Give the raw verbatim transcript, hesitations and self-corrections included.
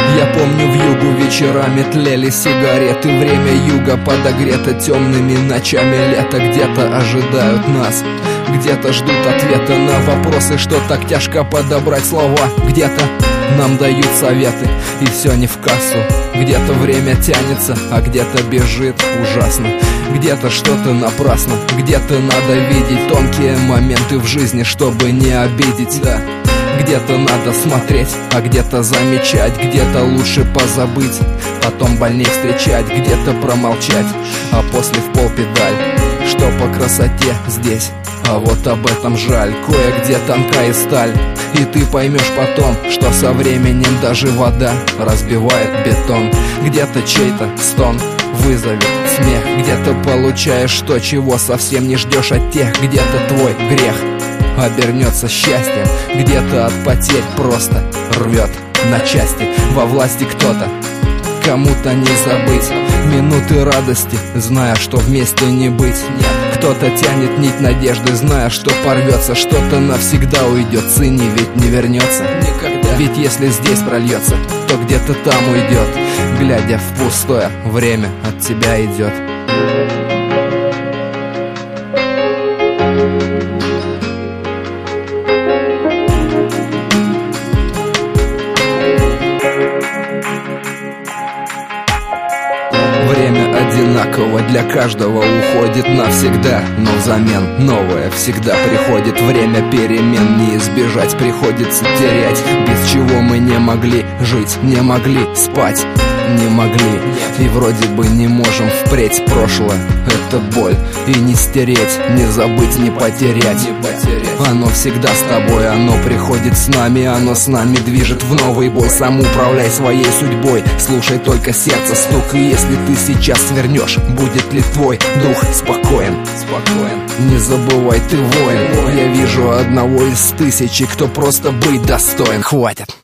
Я помню, в югу вечерами тлели сигареты. Время юга подогрето темными ночами лета. Где-то ожидают нас, где-то ждут ответа на вопросы, что так тяжко подобрать слова. Где-то нам дают советы, и все не в кассу. Где-то время тянется, а где-то бежит ужасно. Где-то что-то напрасно, где-то надо видеть тонкие моменты в жизни, чтобы не обидеть, да. Где-то надо смотреть, а где-то замечать. Где-то лучше позабыть, потом больней встречать. Где-то промолчать, а после в пол педаль. Что по красоте здесь, а вот об этом жаль. Кое-где тонкая сталь, и ты поймешь потом, что со временем даже вода разбивает бетон. Где-то чей-то стон вызовет смех. Где-то получаешь то, чего совсем не ждешь от тех. Где-то твой грех обернется счастьем. Где-то от потерь просто рвет на части. Во власти кто-то, кому-то не забыть минуты радости, зная, что вместе не быть. Нет, кто-то тянет нить надежды, зная, что порвется. Что-то навсегда уйдет, цени ведь не вернется никогда. Ведь если здесь прольется, то где-то там уйдет. Глядя в пустое, время от тебя идет. Время одинаково для каждого уходит навсегда, но взамен новое всегда приходит. Время перемен не избежать, приходится терять. Без чего мы не могли жить, не могли спать, не могли. И вроде бы не можем впредь. Прошлое — это боль, и не стереть, не забыть, не потерять. Оно всегда с тобой, оно приходит с нами, оно с нами движет в новый бой. Сам управляй своей судьбой, слушай только сердце стук. И если ты сейчас свернешь, будет ли твой дух спокоен? Спокоен. Не забывай, ты воин. Я вижу одного из тысячи, кто просто быть достоин. Хватит.